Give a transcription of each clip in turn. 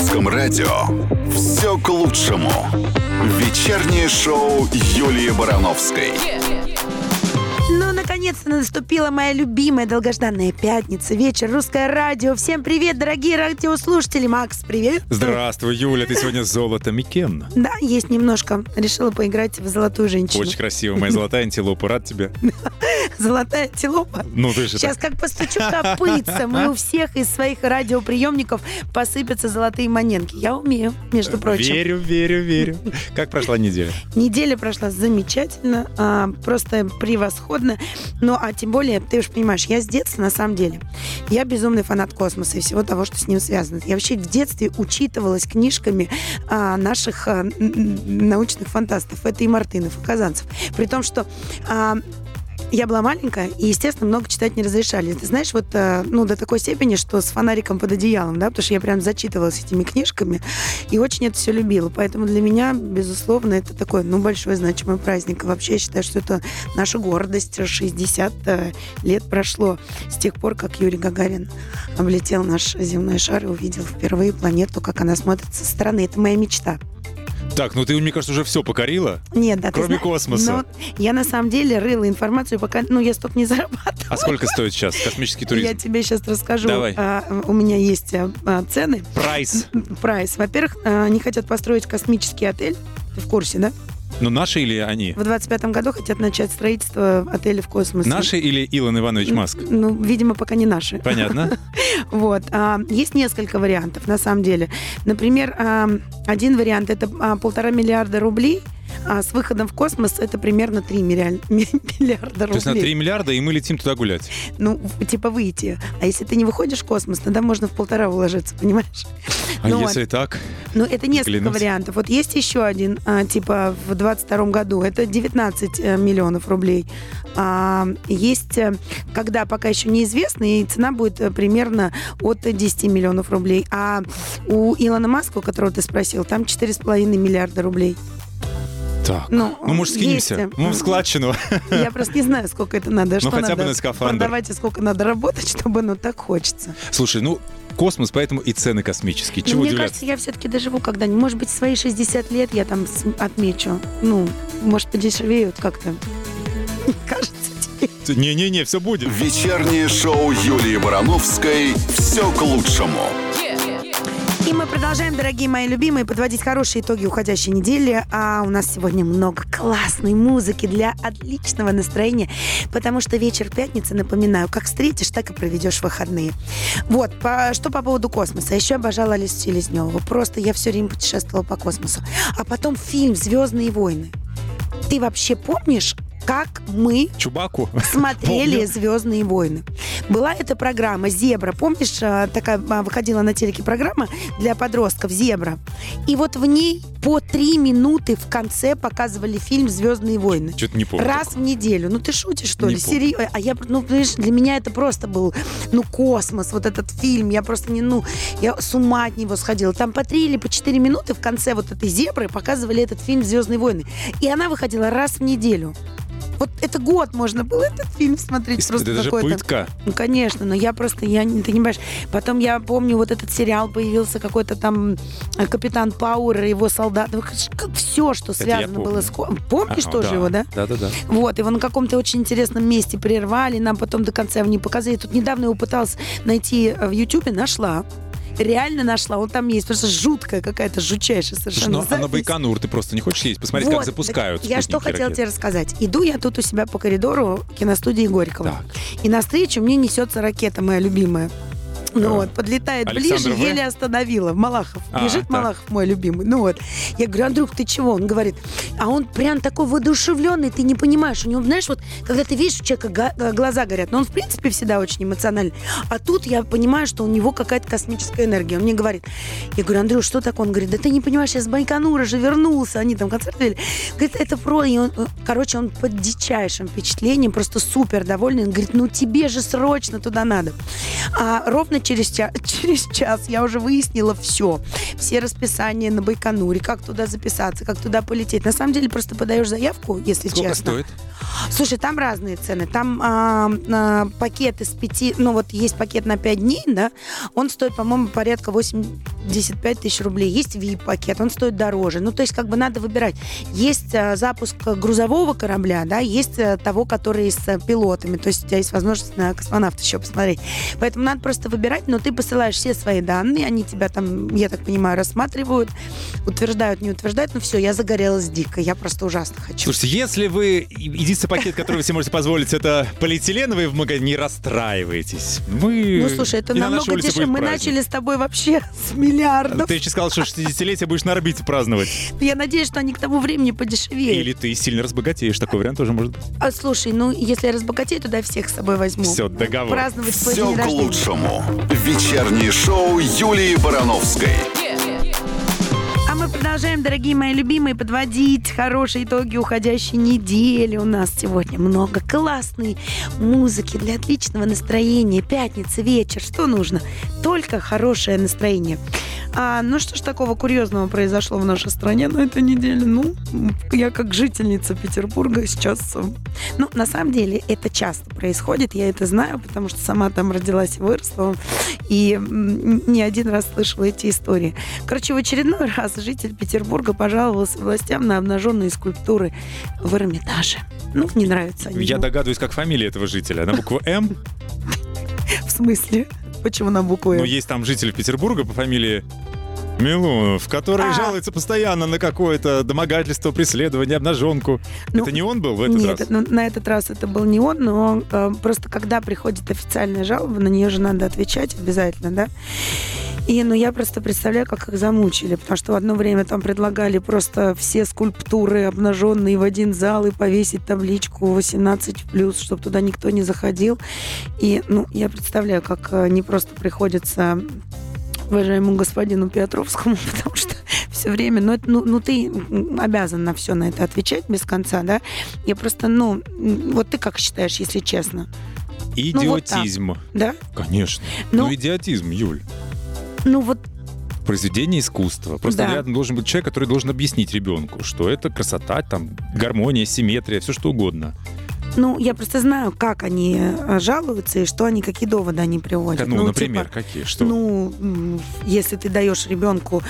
Русском радио все к лучшему. Вечернее шоу Юлии Барановской. Ну, наконец-то наступила моя любимая долгожданная пятница, вечер, Русское радио. Всем привет, дорогие радиослушатели. Макс, привет. Здравствуй, Юля, ты сегодня с золотом и кем? Да, есть немножко. Решила поиграть в золотую женщину. Очень красиво, моя золотая антилопа, рад тебе. Золотая антилопа? Ну, ты же Сейчас так. как постучу копытцем, и у всех из своих радиоприемников посыпятся золотые монетки. Я умею, между прочим. Верю. Как прошла неделя? Неделя прошла замечательно, просто превосходно. Ну, а тем более, ты уж понимаешь, я с детства, на самом деле, я безумный фанат космоса и всего того, что с ним связано. Я вообще в детстве учитывалась книжками наших научных фантастов. Это и Мартынов, и Казанцев. При том, что... Я была маленькая, и, естественно, много читать не разрешали. Ты знаешь, вот, до такой степени, что с фонариком под одеялом, да, потому что я прям зачитывалась этими книжками и очень это все любила. Поэтому для меня, безусловно, это такой, большой значимый праздник. Вообще, я считаю, что это наша гордость. 60 лет прошло с тех пор, как Юрий Гагарин облетел наш земной шар и увидел впервые планету, как она смотрится со стороны. Это моя мечта. Так, ты, мне кажется, уже все покорила. Нет, да. Кроме космоса. Но я на самом деле рыла информацию, пока, я столько не зарабатываю. А сколько стоит сейчас космический туризм? Я тебе сейчас расскажу. Давай. У меня есть цены. Прайс. Во-первых, они хотят построить космический отель. Ты в курсе, да? Наши или они? В 25-м году хотят начать строительство отеля в космосе. Наши или Илон Иванович Маск? Видимо, пока не наши. Понятно. Вот. Есть несколько вариантов, на самом деле. Например, один вариант – это 1,5 миллиарда рублей, а с выходом в космос это примерно 3 миллиарда рублей. То есть на 3 миллиарда, и мы летим туда гулять? Выйти. А если ты не выходишь в космос, тогда можно в 1,5 уложиться, понимаешь? Если так? Это несколько вариантов. Вот есть еще один, в 22 году. Это 19 миллионов рублей. Есть, когда пока еще неизвестно, и цена будет примерно от 10 миллионов рублей. А у Илона Маска, у которого ты спросил, там 4,5 миллиарда рублей. Так, может, скинемся? В складчину. Я просто не знаю, сколько это надо. Что хотя надо бы на скафандр. Продавать и сколько надо работать, чтобы так хочется. Слушай, космос, поэтому и цены космические. Чего мне удивляться? кажется, я все-таки доживу когда-нибудь. Может быть, свои 60 лет я там отмечу. Может, подешевеют как-то. Кажется тебе. Не, все будет. Вечернее шоу Юлии Барановской «Все к лучшему». И мы продолжаем, дорогие мои любимые, подводить хорошие итоги уходящей недели. А у нас сегодня много классной музыки для отличного настроения, потому что вечер пятницы, напоминаю, как встретишь, так и проведешь выходные. Вот, что по поводу космоса. Еще обожала Алису Селезневу. Просто я все время путешествовала по космосу. А потом фильм «Звездные войны». Ты вообще помнишь, как мы смотрели «Звездные войны»? Была эта программа «Зебра». Помнишь, такая выходила на телеке программа для подростков «Зебра». И вот в ней по 3 минуты в конце показывали фильм «Звездные войны». Что-то не помню. Раз в неделю. Ты шутишь, что ли? Серьезно? А я, понимаешь, для меня это просто был, космос, вот этот фильм. Я просто я с ума от него сходила. Там по 3 или по 4 минуты в конце вот этой «Зебры» показывали этот фильм «Звездные войны». И она выходила раз в неделю. Вот это год можно было этот фильм смотреть. Просто это же пытка. Конечно, но ты не понимаешь. Потом я помню, вот этот сериал появился какой-то там Капитан Пауэр и его солдат. Все, что связано было с... Помнишь тоже его, да? Да. Вот, его на каком-то очень интересном месте прервали, нам потом до конца его не показали. Тут недавно его пыталась найти в Ютубе, нашла. Реально нашла, он там есть, просто жуткая какая-то, жутчайшая совершенно запись. А на Байконур ты просто не хочешь ездить? Посмотреть, как запускают Я что хотела тебе рассказать. Иду я тут у себя по коридору киностудии Горького. Так. И навстречу мне несется ракета моя любимая. Подлетает Александр ближе, еле остановила. Малахов. Бежит Малахов, мой любимый. Я говорю, Андрюх, ты чего? Он говорит, а он прям такой воодушевленный, ты не понимаешь. У него, знаешь, когда ты видишь, у человека глаза горят, но он, в принципе, всегда очень эмоциональный. А тут я понимаю, что у него какая-то космическая энергия. Он мне говорит, я говорю, Андрюш, что такое? Он говорит, да ты не понимаешь, я с Байконура же вернулся. Они там концерт вели. Говорит, это про... И он под дичайшим впечатлением, просто супер довольный. Он говорит, тебе же срочно туда надо. А ровно через час я уже выяснила все расписания на Байконуре, как туда записаться, как туда полететь. На самом деле просто подаешь заявку, если Сколько честно. стоит? Слушай, там разные цены. Там пакет из 5, ну вот есть пакет на 5 дней, да, он стоит, по-моему, порядка 85 тысяч рублей. Есть VIP-пакет, он стоит дороже. Ну, то есть как бы надо выбирать. Есть запуск грузового корабля, да, есть того, который с пилотами. То есть у тебя есть возможность на космонавта еще посмотреть. Поэтому надо просто выбирать, но ты посылаешь все свои данные, они тебя там, я так понимаю, рассматривают, утверждают, не утверждают. Ну все, я загорелась дико, я просто ужасно хочу. Слушайте, если вы... Единственный пакет, который вы себе можете позволить, это полиэтиленовый в магазине, не расстраивайтесь. Ну, слушай, это намного дешевле. Мы начали с тобой вообще с миллиардов. Ты еще сказал, что 60-летие будешь на орбите праздновать. Я надеюсь, что они к тому времени подешевеют. Или ты сильно разбогатеешь. Такой вариант тоже может быть. Слушай, ну, если я разбогатею, туда всех с собой возьму. Все, договор. Праздновать свой Все день к рождения. лучшему. Вечернее шоу Юлии Барановской. А мы продолжаем, дорогие мои любимые, подводить хорошие итоги уходящей недели. У нас сегодня много классной музыки для отличного настроения. Пятница, вечер. Что нужно? Только хорошее настроение. Ну что ж такого курьезного произошло в нашей стране на этой неделе? Ну, я как жительница Петербурга сейчас... Ну, на самом деле, это часто происходит, я это знаю, потому что сама там родилась и выросла, и не один раз слышала эти истории. Короче, в очередной раз житель Петербурга пожаловался властям на обнаженные скульптуры в Эрмитаже. Ну, не нравится они. Я догадываюсь, как фамилия этого жителя. На букву М? В смысле? Почему на букву М? Ну, есть там житель Петербурга по фамилии Милонов, который жалуется постоянно на какое-то домогательство, преследование, обнаженку. Ну, это не он был в этот раз? Нет, на этот раз это был не он, но просто когда приходит официальная жалоба, на нее же надо отвечать обязательно, да? И я просто представляю, как их замучили, потому что в одно время там предлагали просто все скульптуры обнаженные в один зал и повесить табличку 18+, чтобы туда никто не заходил. И, я представляю, как не просто приходится уважаемому господину Петровскому, потому что все время, ты обязан на все на это отвечать без конца, да? Я просто, вот ты как считаешь, если честно? Идиотизм. Вот да? Конечно. Идиотизм, Юль. Произведение искусства. Просто рядом должен быть человек, который должен объяснить ребенку, что это красота, там, гармония, симметрия, все что угодно. Я просто знаю, как они жалуются и что они, какие доводы они приводят. Например, какие? Что? Если ты даешь ребенку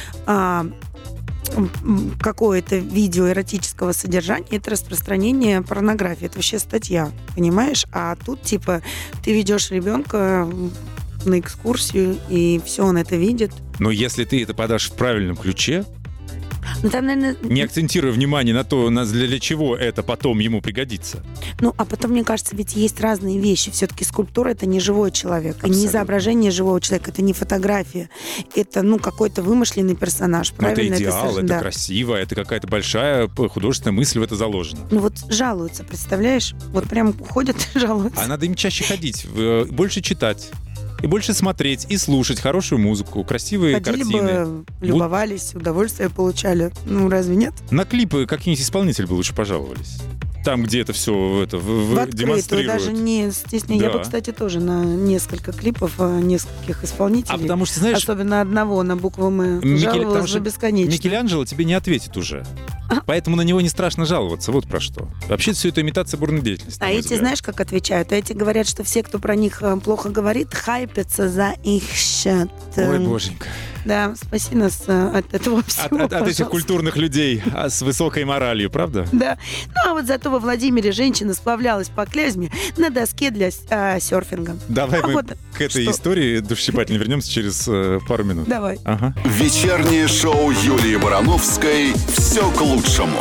какое-то видео эротического содержания, это распространение порнографии. Это вообще статья, понимаешь? А тут, ты ведешь ребенка на экскурсию, и все, он это видит. Но если ты это подашь в правильном ключе, там, наверное... не акцентируя внимание на то, для чего это потом ему пригодится. А потом, мне кажется, ведь есть разные вещи. Все-таки скульптура — это не живой человек. Абсолютно. И не изображение живого человека, это не фотография. Это, какой-то вымышленный персонаж. Правильно? Это идеал, это красиво, это какая-то большая художественная мысль в это заложена. Жалуются, представляешь? Вот прям ходят и жалуются. А надо им чаще ходить, больше читать. И больше смотреть, и слушать хорошую музыку, красивые картины. Ходили бы, любовались, удовольствие получали. Разве нет? На клипы какие-нибудь исполнители бы лучше пожаловались. Там, где это все демонстрируют. Даже не стесняясь. Да. Я бы, кстати, тоже на несколько клипов нескольких исполнителей. А потому что, знаешь... Особенно одного на букву «М» жаловалась за бесконечно. Микеланджело тебе не ответит уже. Поэтому на него не страшно жаловаться. Вот про что. Вообще все это имитация бурной деятельности. А эти, знаешь, как отвечают? Эти говорят, что все, кто про них плохо говорит, хайпятся за их счет. Ой, боженька. Да, спаси нас от этого всего, от этих культурных людей с высокой моралью, правда? Да. А вот зато во Владимире женщина сплавлялась по Клязьме на доске для серфинга. Давай мы к этой истории душесчипательно вернемся через пару минут. Давай. Ага. Вечернее шоу Юлии Барановской «Все к лучшему».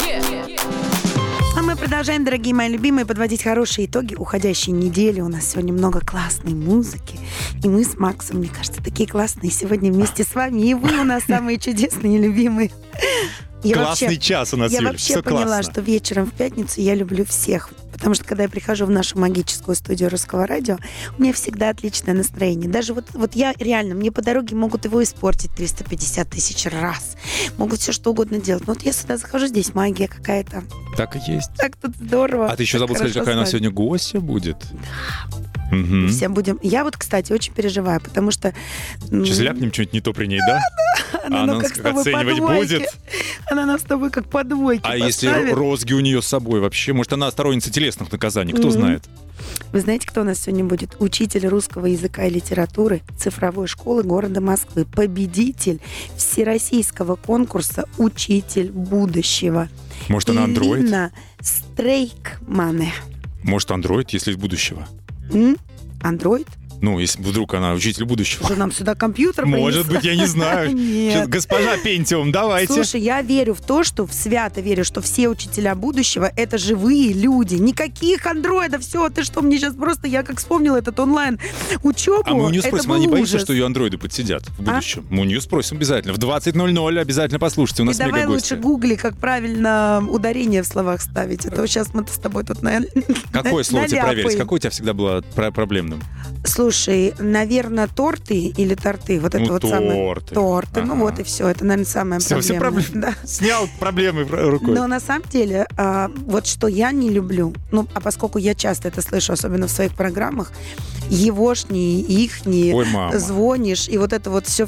А мы продолжаем, дорогие мои любимые, подводить хорошие итоги уходящей недели. У нас сегодня много классной музыки. И мы с Максом, мне кажется, такие классные сегодня вместе с вами. И вы у нас самые чудесные и любимые. Классный час у нас, Юль. Я вообще поняла, что вечером в пятницу я люблю всех. Потому что, когда я прихожу в нашу магическую студию Русского радио, у меня всегда отличное настроение. Даже вот я реально, мне по дороге могут его испортить 350 тысяч раз. Могут все что угодно делать. Но вот я сюда захожу, здесь магия какая-то. Так и есть. Так тут здорово. А ты еще забыл сказать, какая у нас сегодня гостья будет? Да. Угу. Всем будем... Я кстати, очень переживаю, потому что... Сейчас ляпнем что-нибудь не то при ней, да? Она нас как с тобой оценивать по двойке. будет? Она нас с тобой как по двойке А если поставит. розги у нее с собой вообще? Может, она сторонница телесных наказаний? Кто знает? Вы знаете, кто у нас сегодня будет? Учитель русского языка и литературы цифровой школы города Москвы. Победитель всероссийского конкурса «Учитель будущего». Может, она андроид? Ирина Стрейкмане. Может, андроид, если из будущего? Андроид? Ну, если вдруг она учитель будущего. Что нам сюда компьютер Может принесла? быть, я не знаю. Нет. Сейчас, госпожа Пентиум, давайте. Слушай, я верю в то, что свято верю, что все учителя будущего — это живые люди. Никаких андроидов. Все, ты что, мне сейчас просто, я как вспомнила этот онлайн-учебу. А мы у нее это спросим, был она не боится, ужас. что ее андроиды подсидят в будущем? Мы у нее спросим обязательно. В 20:00 обязательно послушайте, у нас И давай мега-гости. лучше гугли, как правильно ударение в словах ставить. А то сейчас мы с тобой тут Какое слово тебе проверить? наляпаем. Какое у тебя всегда было проблемным? Слушай, наверное, торты или торты? Вот это Ну, вот самое. торты. Торты. Ну Ага. вот и все. Это, наверное, самое Все проблемное. проблемы. Да. Снял проблемы рукой. Но на самом деле, вот что я не люблю, ну, а поскольку я часто это слышу, особенно в своих программах, егошние, ихние, Ой, мама. звонишь, и вот это вот все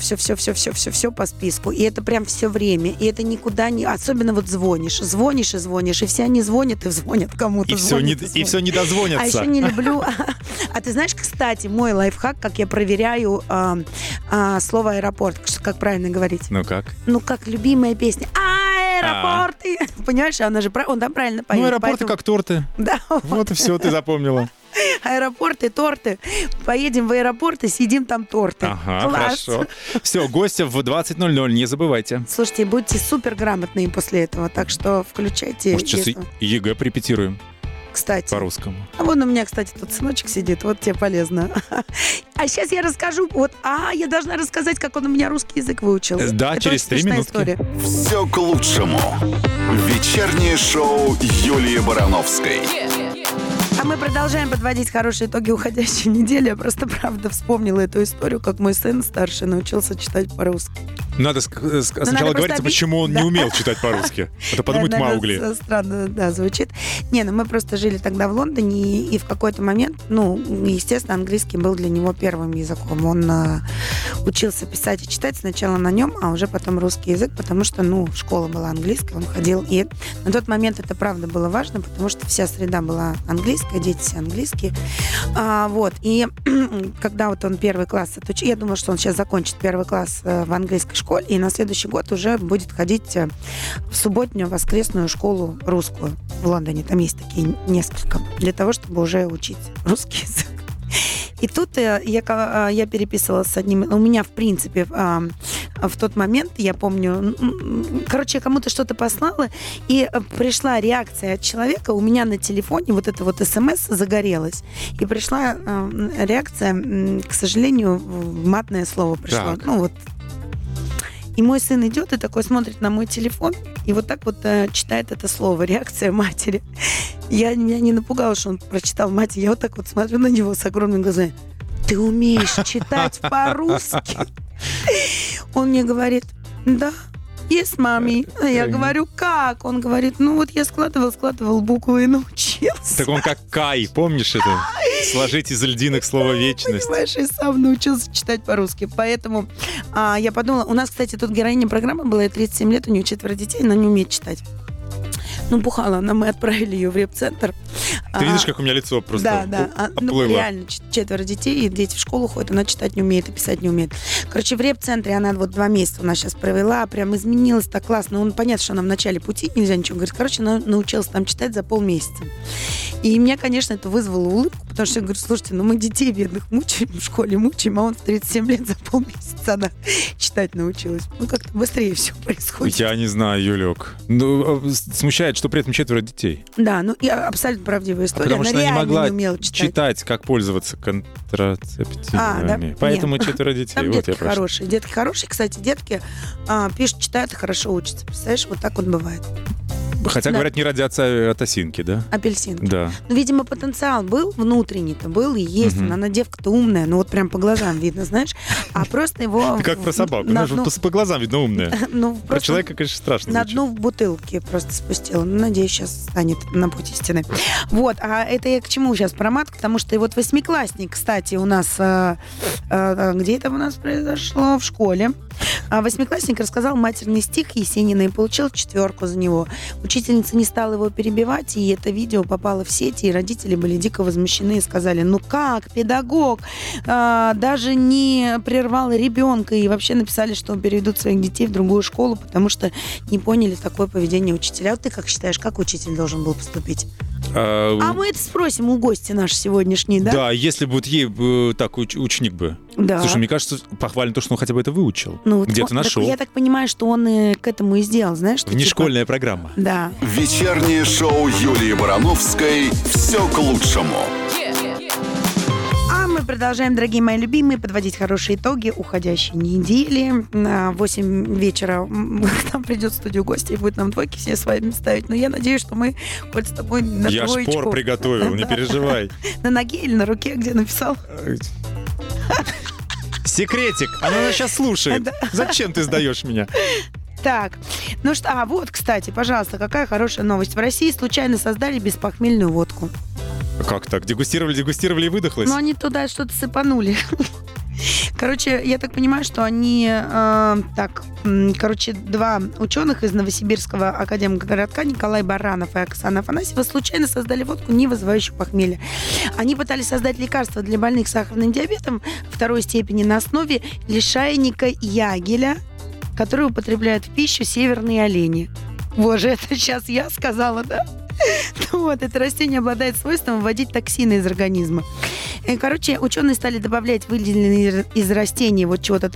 по списку. И это прям все время. И это никуда не... Особенно вот звонишь, и все они звонят и звонят кому-то. И все не дозвонятся. А еще не люблю... А ты знаешь, кстати, мой лайфхак, как я проверяю слово «аэропорт», как правильно говорить? Ну как? Ну, как любимая песня. Аэропорты! Понимаешь, он там правильно поет. Ну, аэропорты поэтому- как торты. Да, Вот и все, ты запомнила. аэропорты, торты. Поедем в аэропорт и съедим там торты. Ага, Класс. хорошо. Все, гостя в 20:00, не забывайте. Слушайте, будьте супер грамотные после этого, так что включайте. Может, сейчас если- и ЕГЭ препетируем Кстати, по-русскому. а вон у меня, кстати, тут сыночек сидит, вот тебе полезно. А сейчас я расскажу, я должна рассказать, как он у меня русский язык выучил. Да, Это через очень 3 смешная минутки. история. Все к лучшему. Вечернее шоу Юлии Барановской. А мы продолжаем подводить хорошие итоги уходящей недели. Я просто, правда, вспомнила эту историю, как мой сын старший научился читать по-русски. Надо надо сначала говорить, просто почему он да. не умел читать по-русски. Это подумать Наверное, Маугли. Странно, да, звучит. Не, ну мы просто жили тогда в Лондоне, и в какой-то момент, естественно, английский был для него первым языком. Он учился писать и читать сначала на нем, а уже потом русский язык, потому что, школа была английская, он ходил. И на тот момент это, правда, было важно, потому что вся среда была английская, дети все английские. И когда вот он первый класс отучил, я думала, что он сейчас закончит первый класс в английской школе, и на следующий год уже будет ходить в субботнюю воскресную школу русскую в Лондоне. Там есть такие несколько, для того, чтобы уже учить русский язык. И тут я переписывалась с одним... У меня, в принципе, в тот момент, я помню... я кому-то что-то послала, и пришла реакция от человека. У меня на телефоне вот это вот СМС загорелось. И пришла реакция, к сожалению, матное слово пришло. Так. И мой сын идет и такой смотрит на мой телефон, и вот так вот читает это слово, реакция матери. Меня не напугало, что он прочитал матери. Я вот так вот смотрю на него с огромными глазами. Ты умеешь читать по-русски? Он мне говорит, да. Yes, мами. Я говорю, как? Он говорит, я складывал буквы и научился. Так он как Кай, помнишь это? Сложить из льдинок слово «вечность». Понимаешь, и сам научился читать по-русски. Поэтому я подумала, у нас, кстати, тут героиня программы была, ей 37 лет, у нее 4 детей, она не умеет читать. Бухала она, мы отправили ее в репцентр. Ты видишь, как у меня лицо просто оплыло? Реально, 4 детей, и дети в школу ходят, она читать не умеет и писать не умеет. Короче, в репцентре она 2 месяца у нас сейчас провела, прям изменилась так классно. Понятно, что она в начале пути, нельзя ничего говорить. Короче, она научилась там читать за полмесяца. И меня, конечно, это вызвало улыбку, потому что я говорю, слушайте, мы детей бедных мучаем, в школе мучаем, а он в 37 лет за полмесяца она читать научилась. Как-то быстрее все происходит. Я не знаю, Юлек. Смущает, что при этом 4 детей. Да, и абсолютно правдивая история. Потому она что она не реально могла не умела читать. как пользоваться контрацептивами. Да? Поэтому Нет. 4 детей. Там Вот детки я про что. хорошие. Детки хорошие, кстати, детки пишут, читают и хорошо учатся. Представляешь, вот так вот бывает. Хотя, Да. говорят, не родятся от осинки, да? Апельсинки. Да. Видимо, потенциал был внутренний-то, был и есть. Мгм. Она девка-то умная, вот прям по глазам видно, знаешь. А просто его... Ты как про собаку. на Знаешь, дну- вот по глазам видно умная. Про просто человека, конечно, страшно на звучит. дну в бутылке просто спустила. Надеюсь, сейчас станет на путь истины. Вот, а это я к чему сейчас? Про мат, потому что и вот 8-классник, кстати, у нас... где это у нас произошло? В школе. Восьмиклассник рассказал матерный стих Есенина и получил 4 за него. Учительница не стала его перебивать, и это видео попало в сети, и родители были дико возмущены и сказали: ну как, педагог даже не прервал ребенка, и вообще написали, что переведут своих детей в другую школу, потому что не поняли такое поведение учителя. Вот ты как считаешь, как учитель должен был поступить? А мы это спросим у гостя наш сегодняшний, да? Да, если бы ей так ученик бы. Да. Слушай, мне кажется, похвально то, что он хотя бы это выучил. Ну, где-то нашел. Я так понимаю, что он к этому и сделал, знаешь? Что, внешкольная программа. Да. Вечернее шоу Юлии Барановской «Все к лучшему». Мы продолжаем, дорогие мои любимые, подводить хорошие итоги уходящей недели. На 8 вечера там придет в студию гостя и будет нам двойки все с вами ставить. Но я надеюсь, что мы хоть с тобой на двоечку. Я шпор приготовил, не переживай. На ноге или на руке, где написал? Секретик, она нас сейчас слушает. Зачем ты сдаешь меня? Так, ну что, вот, кстати, пожалуйста, какая хорошая новость. В России случайно создали беспохмельную водку. Как так? Дегустировали и выдохлось? Ну, они туда что-то сыпанули. Короче, я так понимаю, что они, два ученых из Новосибирского академгородка, Николай Баранов и Оксана Афанасьева, случайно создали водку, не вызывающую похмелья. Они пытались создать лекарство для больных сахарным диабетом 2 степени на основе лишайника ягеля, который употребляют в пищу северные олени. Боже, это сейчас я сказала, да? Вот, это растение обладает свойством выводить токсины из организма. Короче, ученые стали добавлять выделенные из растений вот чего-то,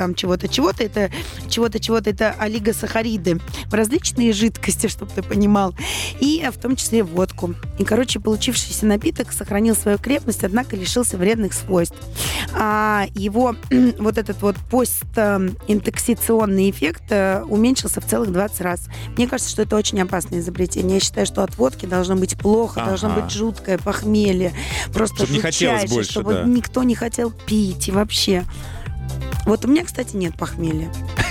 это олигосахариды в различные жидкости, чтобы ты понимал, и в том числе водку. И, получившийся напиток сохранил свою крепость, однако лишился вредных свойств. А его вот этот вот постинтоксикационный эффект уменьшился в целых 20 раз. Мне кажется, что это очень опасное изобретение. Я считаю, что от водки должно быть плохо, должно быть жуткое похмелье, просто чтобы не хотелось больше, чтобы никто не хотел пить и вообще. Вот у меня, кстати, нет похмелья.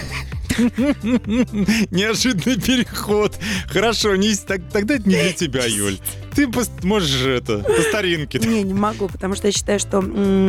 Неожиданный переход. Хорошо, тогда это не для тебя, Юль. Ты можешь по старинке. Не могу, потому что я считаю, что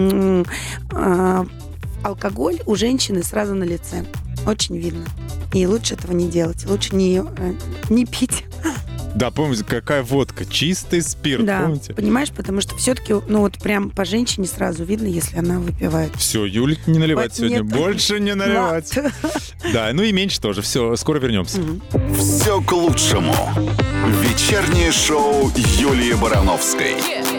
алкоголь у женщины сразу на лице. Очень видно. И лучше этого не делать. Лучше не пить. Да, помните, какая водка? Чистый спирт, да, помните? Понимаешь, потому что все-таки, прям по женщине сразу видно, если она выпивает. Все, Юль, не наливать сегодня. Больше не наливать. Да, и меньше тоже. Все, скоро вернемся. Все к лучшему. Вечернее шоу Юлии Барановской.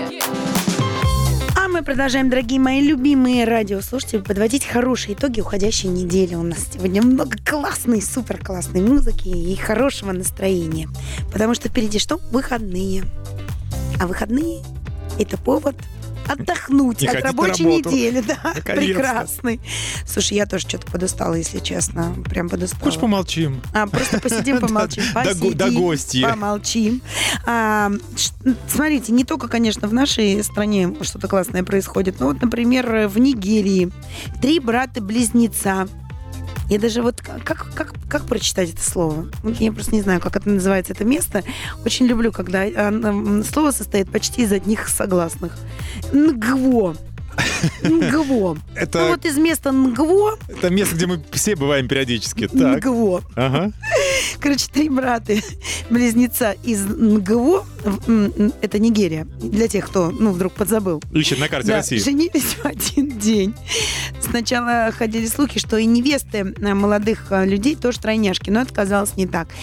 Мы продолжаем, дорогие мои любимые радиослушатели, подводить хорошие итоги уходящей недели. У нас сегодня много классной, супер классной музыки и хорошего настроения. Потому что впереди что? Выходные. А выходные – это повод отдохнуть от рабочей недели. Да, прекрасный. Слушай, я тоже что-то подустала, если честно. Прям подустала. Хочешь помолчим? Просто посидим, помолчим. До гостья. Помолчим. Смотрите, не только, конечно, в нашей стране что-то классное происходит, но вот, например, в Нигерии 3 брата-близнеца. Я даже как прочитать это слово? Я просто не знаю, как это называется, это место. Очень люблю, когда слово состоит почти из одних согласных. НГВО. НГВО. Это... вот из места НГВО... Это место, где мы все бываем периодически. Так. НГВО. Ага. 3 брата-близнеца из НГВО, это Нигерия, для тех, кто, вдруг подзабыл. Ищет на карте России. Женились в один день. Сначала ходили слухи, что и невесты молодых людей тоже тройняшки, но это оказалось не так.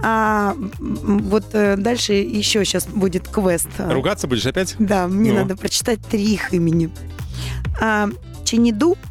Дальше еще сейчас будет квест. Ругаться будешь опять? Да, мне надо прочитать 3 их имени. Чиниду.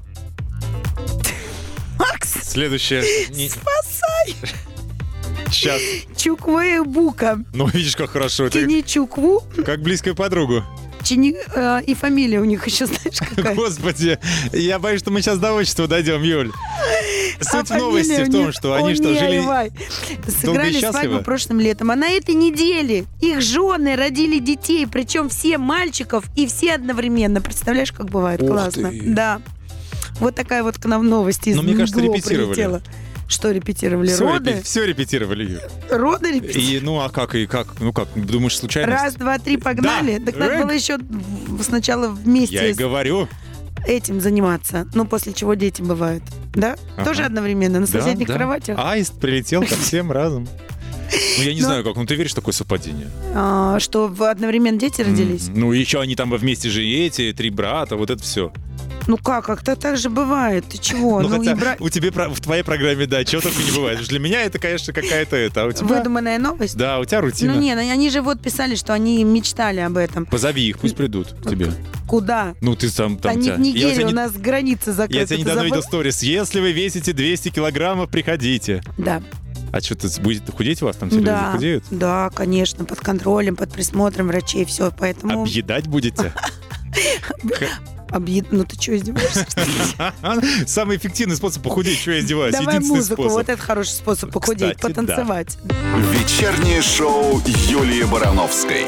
Макс! Следующее. Спасай! Сейчас. Чукве-бука. Видишь, как хорошо. Чукву. Как близкую подругу. И фамилия у них еще, знаешь, какая? Господи, я боюсь, что мы сейчас до отчества дойдем, Юль. Суть новости в том, что они жили сыграли свадьбу прошлым летом. А на этой неделе их жены родили детей, причем все мальчиков и все одновременно. Представляешь, как бывает? Классно. Да. Вот такая вот к нам новость из мне кажется, НГЛО репетировали. Прилетела. Что репетировали? Роды? Все репетировали, Юль. Роды репетировали? Как? Думаешь, случайно? 1, 2, 3, погнали? Да. Так надо было еще сначала вместе. Я и говорю. этим заниматься, ну, после чего дети бывают, да? Ага. Тоже одновременно на соседних Да. кроватях? Аист прилетел ко всем разом. Ну, я не знаю, как. Ну, ты веришь в такое совпадение? Что одновременно дети родились? Ну, еще они там вместе же эти, 3 брата, вот это все. Ну как-то так же бывает. Ты чего? Ну, хотя и у тебя в твоей программе, да, чего только не бывает. Потому что для меня это, конечно, какая-то это. А у тебя... Выдуманная новость? Да, у тебя рутина. Ну нет, они же вот писали, что они мечтали об этом. Позови их, пусть придут к тебе. Куда? Ну, ты там Они тебя... в Нигерии, у нас граница закрыта. Я тебя Ты недавно забыл? видел сторис. Если вы весите 200 килограммов, приходите. Да. А что, будет худеть у вас там? Все люди Да, худеют? да, конечно, под контролем, под присмотром врачей, все, поэтому... Объедать будете? Ну ты что, издеваешься? Самый эффективный способ похудеть, что я издеваюсь. Давай Единственный музыку, способ. вот это хороший способ похудеть, Кстати, потанцевать. Вечернее шоу Юлии Барановской.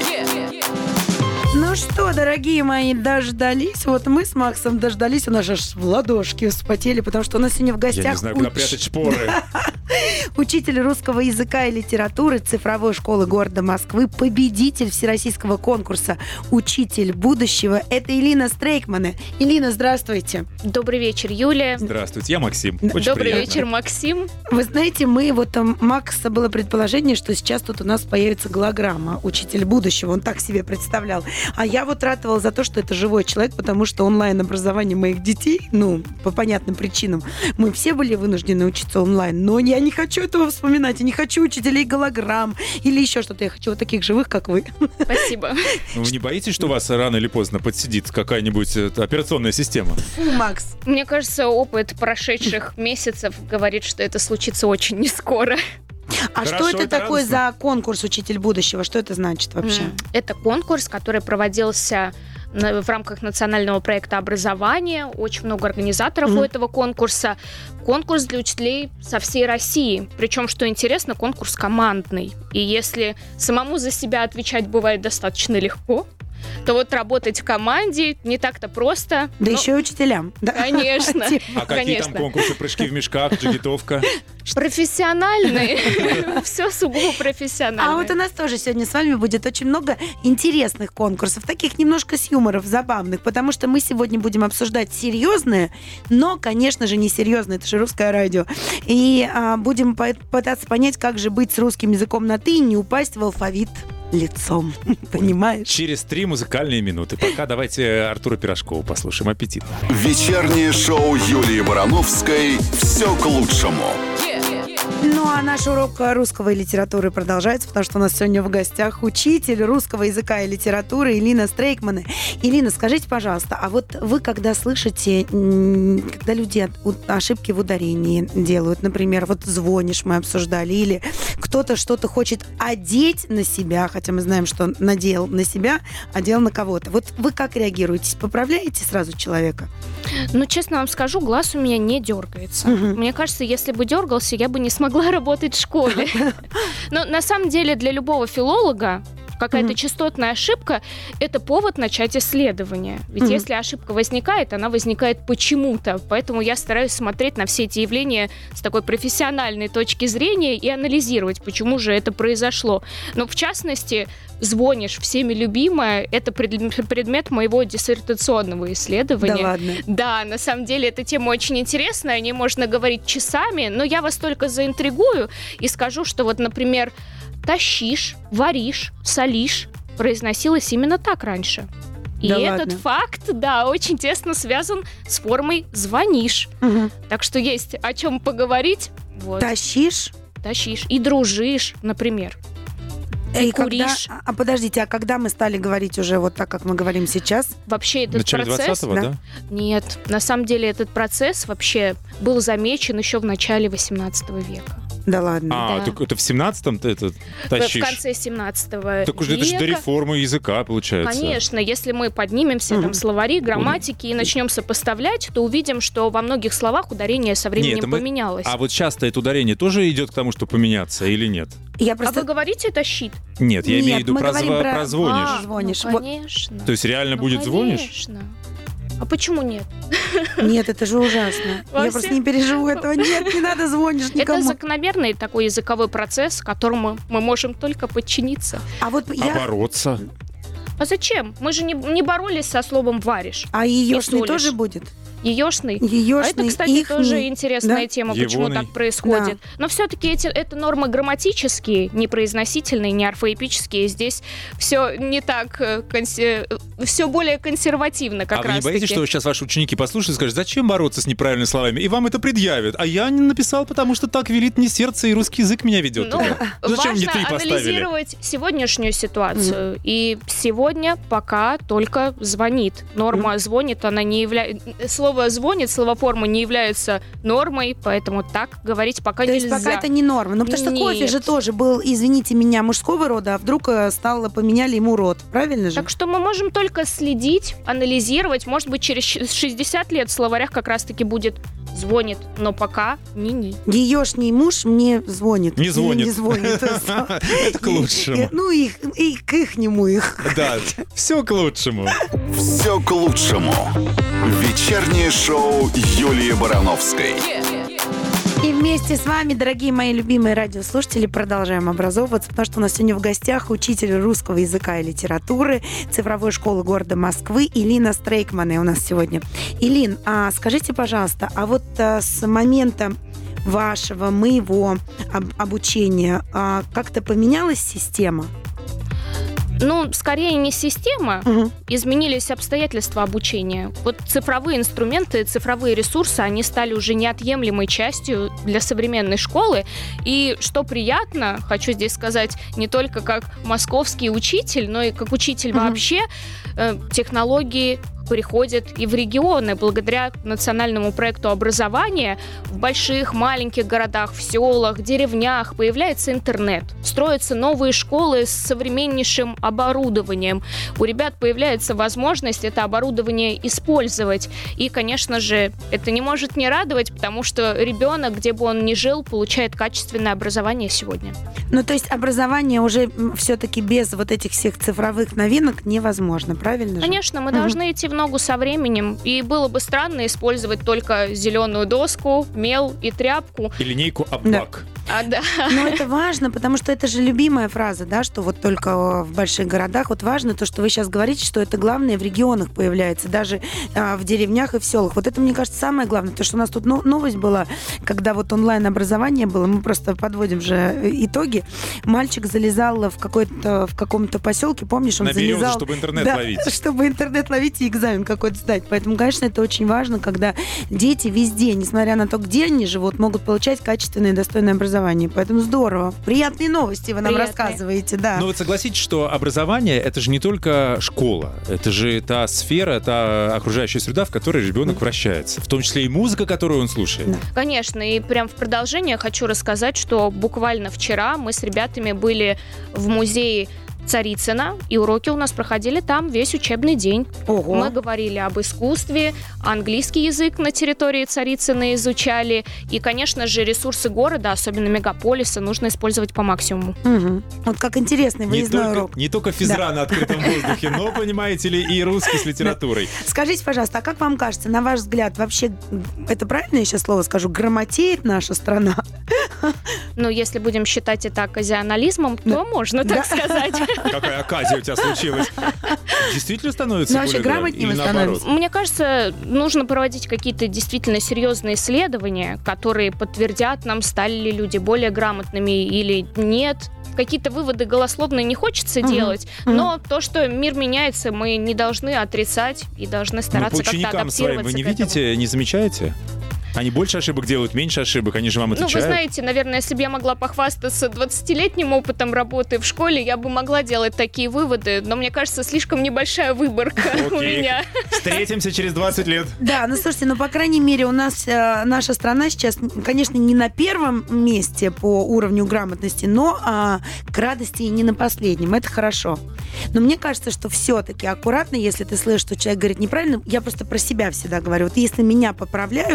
Ну что, дорогие мои, дождались. Вот мы с Максом дождались, у нас аж в ладошки вспотели, потому что у нас сегодня в гостях Я не знаю, куда прятать шпоры. учитель русского языка и литературы цифровой школы города Москвы, победитель всероссийского конкурса «Учитель будущего». Это Илина Стрейкман. Илина, здравствуйте. Добрый вечер, Юлия. Здравствуйте, я Максим. Очень Добрый приятно. вечер, Максим. Вы знаете, мы вот там, Макса было предположение, что сейчас тут у нас появится голограмма «Учитель будущего». Он так себе представлял. А я вот ратовала за то, что это живой человек, потому что онлайн-образование моих детей, ну, по понятным причинам, мы все были вынуждены учиться онлайн, но я не хочу этого вспоминать, я не хочу учителей голограмм или еще что-то. Я хочу вот таких живых, как вы. Спасибо. Ну, вы не боитесь, что вас рано или поздно подсидит какая-нибудь операционная система? Фу, Макс. Мне кажется, опыт прошедших месяцев говорит, что это случится очень нескоро. А Хорошо, что это это такое радостно. за конкурс «Учитель будущего»? Что это значит вообще? Это конкурс, который проводился в рамках национального проекта образования. Очень много организаторов у этого конкурса. Конкурс для учителей со всей России. Причем, что интересно, конкурс командный. И если самому за себя отвечать бывает достаточно легко, то вот работать в команде не так-то просто. Да Но- еще и учителям. Да? Конечно. А какие там Конечно. конкурсы, прыжки в мешках, джигитовка? Профессиональные. Все сугубо профессиональное. А вот у нас тоже сегодня с вами будет очень много интересных конкурсов, таких немножко с юморов, забавных, потому что мы сегодня будем обсуждать серьезное, но, конечно же, не серьезное, это же русское радио. И будем пытаться понять, как же быть с русским языком на «ты» и не упасть в алфавит лицом. Понимаешь? Через 3 музыкальные минуты. Пока давайте Артура Пирожкова послушаем. Аппетит. Вечернее шоу Юлии Барановской «Все к лучшему». Ну, а наш урок русского и литературы продолжается, потому что у нас сегодня в гостях учитель русского языка и литературы Илина Стрейкман. Илина, скажите, пожалуйста, а вот вы когда слышите, когда люди ошибки в ударении делают, например, вот звонишь, мы обсуждали, или кто-то что-то хочет одеть на себя, хотя мы знаем, что надел на себя, одел на кого-то. Вот вы как реагируете? Поправляете сразу человека? Ну, честно вам скажу, глаз у меня не дергается. Мгм. Мне кажется, если бы дергался, я бы не смогла работать в школе. Но на самом деле для любого филолога какая-то Мгм. частотная ошибка – это повод начать исследование. Ведь Мгм. если ошибка возникает, она возникает почему-то. Поэтому я стараюсь смотреть на все эти явления с такой профессиональной точки зрения и анализировать, почему же это произошло. Но в частности, звонишь, всеми любимая – это предмет моего диссертационного исследования. Да ладно. Да, на самом деле эта тема очень интересная, о ней можно говорить часами, но я вас только заинтригую и скажу, что вот, например, тащишь, варишь, солишь произносилось именно так раньше. И Да этот ладно? факт, да, очень тесно связан с формой «звонишь». Мгм. Так что есть о чем поговорить. Вот. Тащишь? Тащишь и дружишь, например. И куришь. Подождите, а когда мы стали говорить уже вот так, как мы говорим сейчас? Вообще В этот начале процесс... 20-го, да? да? Нет, на самом деле этот процесс вообще был замечен еще в начале 18 века. Да ладно. А, Да. так это в 17-м ты это тащишь? В конце 17 Так уже это же до века. реформы языка, получается. Конечно, если мы поднимемся там Мгм. словари, грамматики и начнем сопоставлять, то увидим, что во многих словах ударение со временем Нет, мы- поменялось. А вот часто это ударение тоже идет к тому, что поменяться или нет? Я А просто... вы говорите «тащит»? Нет, я Нет, имею в виду мы про, говорим про- звонишь. А, звонишь. ну, Вот. конечно. То есть реально Ну, будет звонишь? Конечно. А почему нет? Нет, это же ужасно. Во Я просто всех- не переживу этого. Нет, не надо звонишь Это никому. закономерный такой языковой процесс, которому мы можем только подчиниться. А вот А я... бороться? А зачем? Мы же не боролись со словом «варишь». А еёшный тоже будет? Еёшный. Еёшный, А это, кстати, ихний. тоже интересная Да? тема, почему Егоный. так происходит. Но все-таки это нормы грамматические, не произносительные, не орфоэпические. Здесь все не так, все более консервативно как А вы раз не боитесь, что сейчас ваши ученики послушают и скажут, зачем бороться с неправильными словами? И вам это предъявят. А я не написал, потому что так велит мне сердце, и русский язык меня ведет Ну, туда. Зачем мне важно 3 поставили? анализировать сегодняшнюю ситуацию. И сегодня пока только звонит. Норма звонит, она не является... Слово «звонит», словоформа не является нормой, поэтому так говорить пока То нельзя. есть пока это не норма. Ну, потому что кофе Нет. же тоже был, извините меня, мужского рода, а вдруг поменяли ему род. Правильно же? Так что мы можем только следить, анализировать. Может быть, через 60 лет в словарях как раз-таки будет «звонит», но пока ни-ни. Еёшний муж мне звонит. Не звонит. Не звонит. Это к лучшему. Ну, и к ихнему их. Да, все к лучшему. Все к лучшему. Вечернее шоу Юлии Барановской. И вместе с вами, дорогие мои любимые радиослушатели, продолжаем образовываться, потому что у нас сегодня в гостях учитель русского языка и литературы цифровой школы города Москвы Илина Стрейкмане у нас сегодня. Илин, а скажите, пожалуйста, а вот с момента вашего, моего обучения как-то поменялась система? Ну, скорее не система, Угу. изменились обстоятельства обучения. Вот цифровые инструменты, цифровые ресурсы, они стали уже неотъемлемой частью для современной школы. И что приятно, хочу здесь сказать, не только как московский учитель, но и как учитель вообще, технологии приходят и в регионы. Благодаря национальному проекту образования в больших, маленьких городах, в селах, деревнях появляется интернет. Строятся новые школы с современнейшим оборудованием. У ребят появляется возможность это оборудование использовать. И, конечно же, это не может не радовать, потому что ребенок, где бы он ни жил, получает качественное образование сегодня. Ну, то есть образование уже все-таки без вот этих всех цифровых новинок невозможно, правильно же? Конечно, мы должны идти в ногу со временем, и было бы странно использовать только зеленую доску, мел и тряпку. И линейку «Аббак». Да. Но это важно, потому что это же любимая фраза, да, что вот только в больших городах. Вот важно то, что вы сейчас говорите, что это главное в регионах появляется, даже в деревнях и в селах. Вот это, мне кажется, самое главное. То, что у нас тут новость была, когда вот онлайн-образование было, мы просто подводим же итоги. Мальчик залезал в каком-то поселке, помнишь, он На березу, залезал... чтобы интернет Да, ловить. чтобы интернет ловить и экзамен какой-то сдать. Поэтому, конечно, это очень важно, когда дети везде, несмотря на то, где они живут, могут получать качественное и достойное образование. Поэтому здорово. Приятные новости вы нам Приятные. рассказываете, да. Но вот согласитесь, что образование — это же не только школа, это же та сфера, та окружающая среда, в которой ребенок вращается, в том числе и музыка, которую он слушает. Да. Конечно, и прям в продолжение хочу рассказать, что буквально вчера мы с ребятами были в музее Царицына, и уроки у нас проходили там весь учебный день. Ого. Мы говорили об искусстве, английский язык на территории Царицына изучали, и, конечно же, ресурсы города, особенно мегаполиса, нужно использовать по максимуму. Угу. Вот как интересный выездной урок. Не только физра на открытом воздухе, но, понимаете ли, и русский с литературой. Скажите, пожалуйста, а как вам кажется, на ваш взгляд, вообще, это правильно я сейчас слово скажу, грамотеет наша страна? Ну, если будем считать это оказионализмом, то можно так сказать. Какая оказия у тебя случилась? Действительно становится Ну, вообще более грамотнее или мы наоборот? становимся. Мне кажется, нужно проводить какие-то действительно серьезные исследования, которые подтвердят нам, стали ли люди более грамотными или нет. Какие-то выводы голословные не хочется делать, но то, что мир меняется, мы не должны отрицать и должны Ну, стараться по как-то ученикам своим адаптироваться вы не к этому. видите, не замечаете? Они больше ошибок делают, меньше ошибок, они же вам Ну, вы отвечают. знаете, наверное, если бы я могла похвастаться 20-летним опытом работы в школе, я бы могла делать такие выводы, но мне кажется, слишком небольшая выборка у Окей. меня. Встретимся через 20 лет. Да, ну слушайте, ну по крайней мере у нас наша страна сейчас, конечно, не на первом месте по уровню грамотности, но к радости и не на последнем. Это хорошо. Но мне кажется, что все-таки аккуратно, если ты слышишь, что человек говорит неправильно, я просто про себя всегда говорю. Вот если меня поправляют, у меня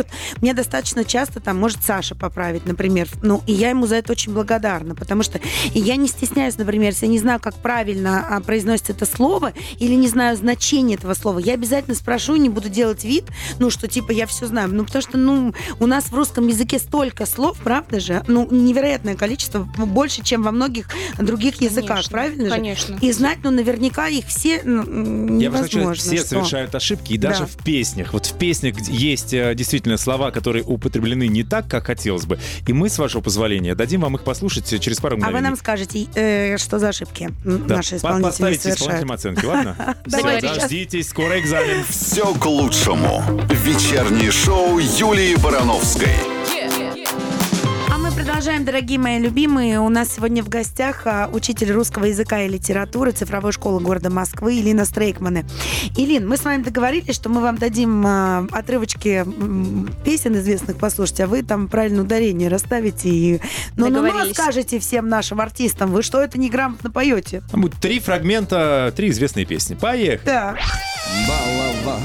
мне достаточно часто там может Саша поправить, например. Ну, и я ему за это очень благодарна, потому что я не стесняюсь, например, если я не знаю, как правильно произносится это слово, или не знаю значение этого слова, я обязательно спрошу и не буду делать вид, ну, что типа я все знаю. Ну, потому что, ну, у нас в русском языке столько слов, правда же? Ну, невероятное количество, больше, чем во многих других языках, Конечно, правильно же? конечно. И знать, ну, наверняка их все Я бы сказал, невозможно. что все совершают ошибки, и даже Да. в песнях. Вот в песнях есть действительно слова, которые употреблены не так, как хотелось бы. И мы, с вашего позволения, дадим вам их послушать через пару А мгновений. вы нам скажете, что за ошибки Да. наши исполнители Поставите совершают. исполнителям оценки, ладно? Давайте. Дождитесь, скоро экзамен. Все к лучшему. Вечернее шоу Юлии Барановской. А мы продолжаем, дорогие мои любимые. У нас сегодня в гостях учитель русского языка и литературы цифровой школы города Москвы Илина Стрейкмане. Илин, мы с вами договорились, что мы вам дадим отрывочки песен известных послушать, а вы там правильно ударение расставите и Договорились. скажете всем нашим артистам, вы что это неграмотно поете? Там будет 3 фрагмента, 3 известные песни. Поехали. Да. Балава.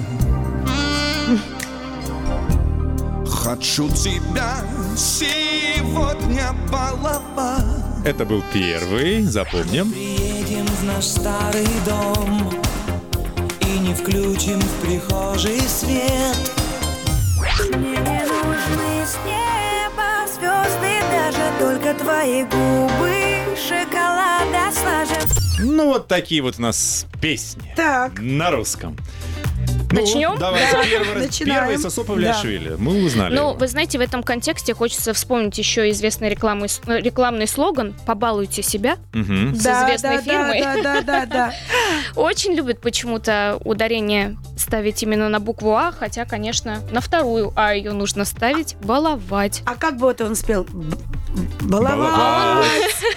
Хочу тебя сегодня балова. Это был первый, запомним. Приедем в наш старый дом и не включим в прихожей свет. Мне не нужны с неба звезды, даже только твои губы шоколада сложат. Ну, вот такие вот у нас песни Так. на русском. Начнем? Ну, давайте Да. первый Начинаем. Сосо Павлиашвили. Мы узнали Ну, его. вы знаете, в этом контексте хочется вспомнить еще известный рекламный слоган «Побалуйте себя». Мгм. С известной фирмой. Да. Очень любят почему-то ударение ставить именно на букву «А», хотя, конечно, на вторую «А» ее нужно ставить «баловать». А как бы вот он спел? Баловать. Баловать.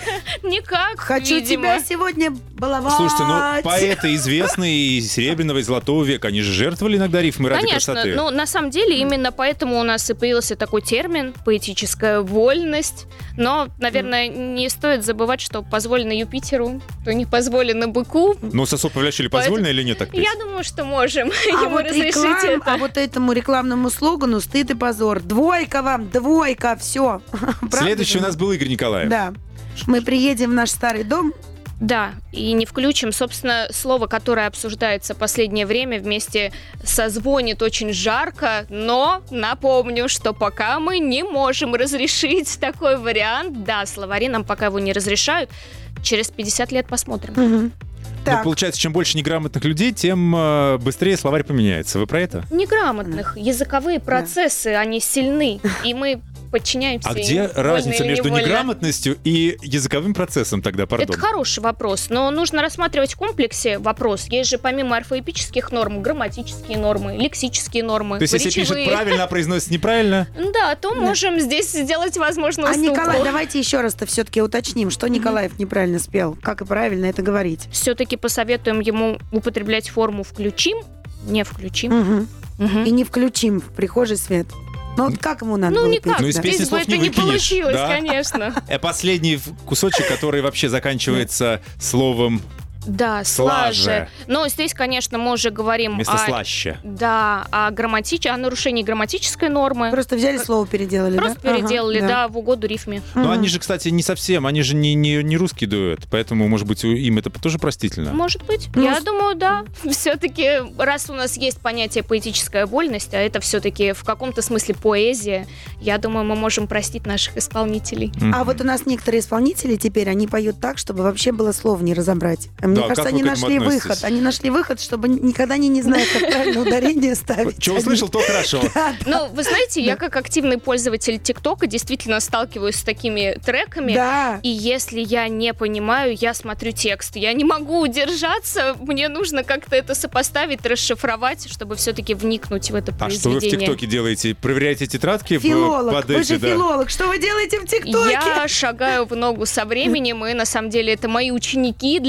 Никак, Хочу видимо. тебя сегодня баловать. Слушайте, ну, поэты известные из Серебряного и Золотого века, они же жертвовали иногда рифмы ради Конечно, красоты. ну, на самом деле, именно поэтому у нас и появился такой термин «поэтическая вольность». Но, наверное, не стоит забывать, что позволено Юпитеру, то не позволено быку. Но Сосо Павлиашвили Поэтому- позволено или нет так петь? Я думаю, что можем ему разрешить это. А вот этому рекламному слогану стыд и позор. Двойка вам, двойка, все. Следующий у нас был Игорь Николаев. Да. Мы приедем в наш старый дом. Да, и не включим, собственно, слово, которое обсуждается последнее время, вместе созвонит очень жарко, но напомню, что пока мы не можем разрешить такой вариант, да, словари нам пока его не разрешают, через 50 лет посмотрим. Ну, Так. получается, чем больше неграмотных людей, тем быстрее словарь поменяется. Вы про это? Неграмотных, языковые процессы, они сильны, и мы подчиняемся А им, где вольно разница или между невольно. неграмотностью и языковым процессом тогда, пардон? Это хороший вопрос, но нужно рассматривать в комплексе вопрос. Есть же помимо орфоэпических норм, грамматические нормы, лексические нормы, То есть, если пишет речевые. правильно, а произносит неправильно? Да, то можем здесь сделать, возможно, А уступку. Николай, давайте еще раз-то все-таки уточним, что Николаев неправильно спел. Как и правильно это говорить. Все-таки посоветуем ему употреблять форму «включим», не «включим». Мгм. И не включим в прихожий свет. Ну, вот как ему надо Ну, было никак. петь? Ну, из да? песни Здесь бы слов не это не выкинешь, получилось, да? конечно. Последний кусочек, который вообще заканчивается словом Да, Слаже. слаже. Но здесь, конечно, мы уже говорим вместо о... слаще. Да, о нарушении грамматической нормы. Просто взяли слово, переделали, Просто да? переделали, Ага, да, в угоду рифме. Но они же, кстати, не совсем, они же не русский дуэт, поэтому, может быть, им это тоже простительно. Может быть. Ну, Я думаю, да. Все-таки, раз у нас есть понятие поэтическая вольность, а это все-таки в каком-то смысле поэзия, я думаю, мы можем простить наших исполнителей. А вот у нас некоторые исполнители теперь, они поют так, чтобы вообще было слов не разобрать. Мне Да, кажется, как вы они к этому нашли относитесь? выход. Они нашли выход, чтобы никогда они не знают, как правильно ударение ставить. Что услышал, то хорошо. Ну, вы знаете, я как активный пользователь ТикТока действительно сталкиваюсь с такими треками. Да. И если я не понимаю, я смотрю текст. Я не могу удержаться, мне нужно как-то это сопоставить, расшифровать, чтобы все-таки вникнуть в это А что вы в произведение. ТикТоке делаете? Проверяете тетрадки в Филолог. под Вы эти, же да? филолог. Что вы делаете в ТикТоке? Я шагаю в ногу со временем, и на самом деле это мои ученики для меня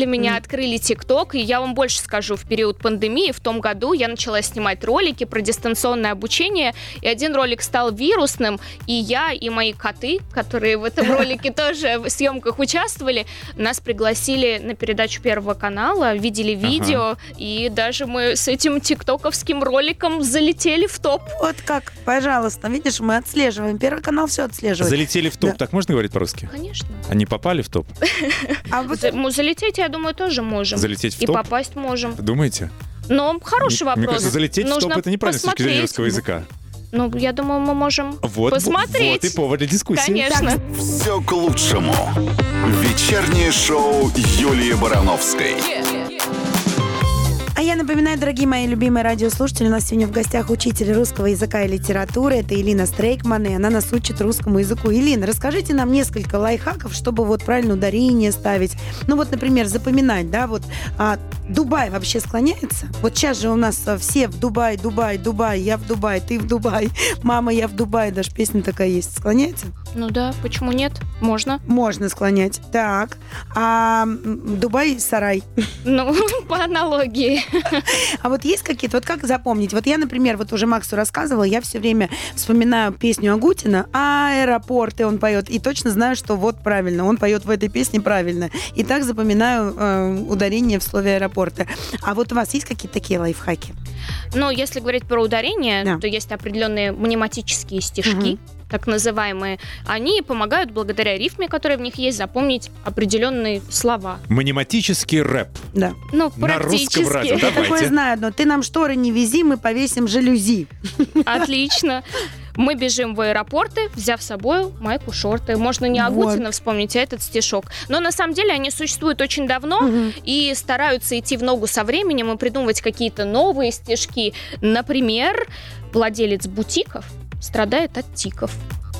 открыли ТикТок, и я вам больше скажу, в период пандемии, в том году я начала снимать ролики про дистанционное обучение, и один ролик стал вирусным, и я, и мои коты, которые в этом ролике тоже в съемках участвовали, нас пригласили на передачу Первого канала, видели видео, и даже мы с этим тиктоковским роликом залетели в топ. Вот как, пожалуйста, видишь, мы отслеживаем. Первый канал все отслеживает. Залетели в топ, Да. так можно говорить по-русски? Конечно. Они попали в топ? А вот Залететь, я думаю, тоже можем. Залететь в И топ? попасть можем. Думаете? Но хороший вопрос. Мне кажется, залететь в Нужно топ — это неправильно с точки зрения посмотреть. русского языка. Ну, я думаю, мы можем посмотреть. Вот и повод для дискуссии. Конечно. Все к лучшему. Вечернее шоу Юлии Барановской. А я напоминаю, дорогие мои любимые радиослушатели, у нас сегодня в гостях учитель русского языка и литературы. Это Илина Стрейкман, и она нас учит русскому языку. Илина, расскажите нам несколько лайфхаков, чтобы вот правильно ударение ставить. Ну вот, например, запоминать, да, вот Дубай вообще склоняется? Вот сейчас же у нас все в Дубай, Дубай, Дубай, я в Дубай, ты в Дубай, мама, я в Дубай, даже песня такая есть. Склоняется? Ну да, почему нет? Можно. Можно склонять. Так, а Дубай, сарай. Ну, по аналогии. А вот есть какие-то, вот как запомнить? Вот я, например, вот уже Максу рассказывала, я все время вспоминаю песню Агутина «Аэропорт», и он поет, и точно знаю, что вот правильно, он поет в этой песне правильно. И так запоминаю ударение в слове «аэропорта». А вот у вас есть какие-то такие лайфхаки? Ну, если говорить про ударение, Да. то есть определенные мнематические стишки, так называемые. Они помогают благодаря рифме, которая в них есть, запомнить определенные слова. Мнематический рэп. Да. Ну, На русском радио, практически. да? Такое Давайте. знаю одно. Ты нам шторы не вези, мы повесим жалюзи. Отлично. Мы бежим в аэропорты, взяв с собой майку, шорты. Можно не Вот. Агутина вспомнить, а этот стишок. Но на самом деле они существуют очень давно и стараются идти в ногу со временем и придумывать какие-то новые стишки. Например, владелец бутиков страдает от тиков.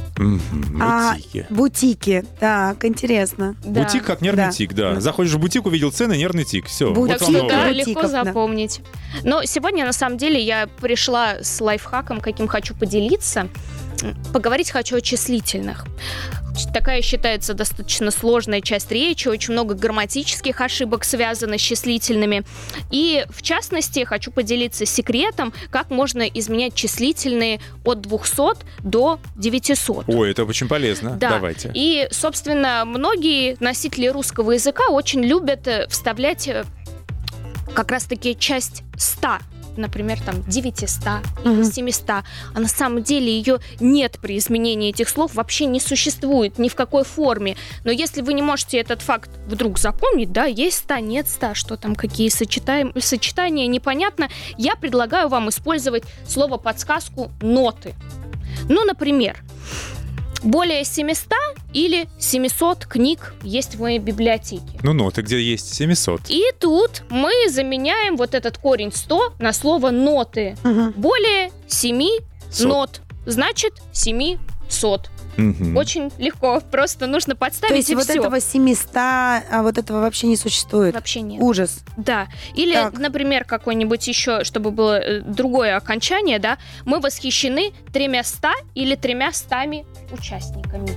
Бутики. Бутики. Так, интересно. Да. Бутик как нервный Да. тик, да. Заходишь в бутик, увидел цены, нервный тик. Все. Бутик. Так Вот что вам да, новое. Бутиков, легко да. запомнить. Но сегодня, на самом деле, я пришла с лайфхаком, каким хочу поделиться. Поговорить хочу о числительных. Такая считается достаточно сложная часть речи, очень много грамматических ошибок связано с числительными. И, в частности, хочу поделиться секретом, как можно изменять числительные от 200 до 900. Ой, это очень полезно. Да. Давайте. И, собственно, многие носители русского языка очень любят вставлять как раз-таки часть 100. Например, там 900 или 700. А на самом деле ее нет при изменении этих слов, вообще не существует ни в какой форме. Но если вы не можете этот факт вдруг запомнить, да, есть 100, нет 100, что там, какие сочетания, непонятно, я предлагаю вам использовать слово-подсказку «ноты». Ну, например, более 700 или 700 книг есть в моей библиотеке. Ну, ноты, где есть 700. И тут мы заменяем вот этот корень 100 на слово «ноты». Более 7 нот, значит 700. Мгм. Очень легко, просто нужно подставить То есть и вот все. этого 700, а вот этого вообще не существует. Вообще нет. Ужас. Да. Или, Так. например, какой-нибудь еще, чтобы было другое окончание, да, мы восхищены 300 или 300 участниками.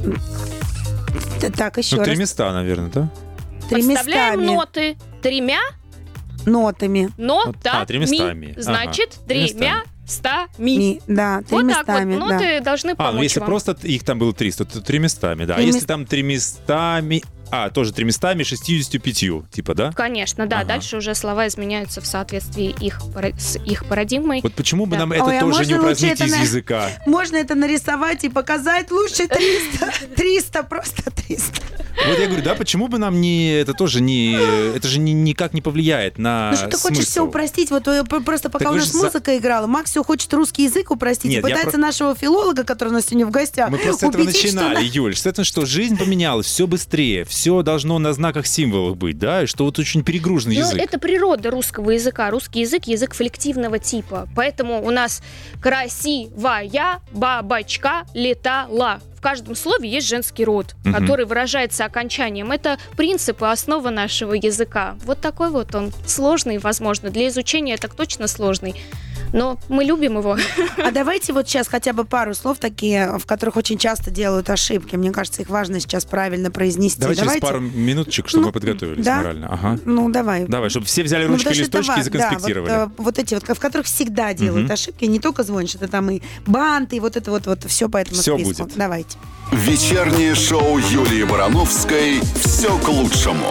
Так, еще Ну, раз. 300, наверное, да? Подставляем 300 ноты 3 нотами. нотами. 300. Значит, Ага, 300. Да, Вот 300, так вот, ноты должны помочь Ну если вам. просто их там было 300, то 300, да. А 300. если там 300... тоже 365, типа, да? Конечно, да. Ага. Dальше уже слова изменяются в соответствии с их парадигмой. Вот почему бы Да. нам это Ой, а тоже можно не лучше упразднить это из на- языка? Можно это нарисовать и показать лучше 300. 300, просто 300. Вот я говорю, да, почему бы нам не... Это тоже не... Это же никак не повлияет на Ну что ты хочешь все смысл. упростить? Вот просто пока Так у вы нас же за- музыка играла, Макс все хочет русский язык упростить. Нет, И пытается нашего филолога, который у нас сегодня в гостях, Мы просто с этого убедить, что начинали, Юль. Что жизнь поменялась, все быстрее, все должно на знаках символов быть, да? И что вот очень перегруженный Ну, язык. это природа русского языка. Русский язык — язык флективного типа. Поэтому у нас красивая бабочка летала. в каждом слове есть женский род, который выражается окончанием. Это принципы, основа нашего языка. Вот такой вот он сложный, возможно. Для изучения так точно сложный. Но мы любим его. А давайте вот сейчас хотя бы пару слов такие, в которых очень часто делают ошибки. Мне кажется, их важно сейчас правильно произнести. Давай через пару минуточек, чтобы мы подготовились морально. Ага. Ну, давай. Давай, чтобы все взяли ручки и листочки и законспектировали. Да, вот эти вот, в которых всегда делают ошибки. Не только звонишь, это там и банты, и вот это вот все по этому все списку. Будет. Давайте. Вечернее шоу Юлии Барановской «Все к лучшему».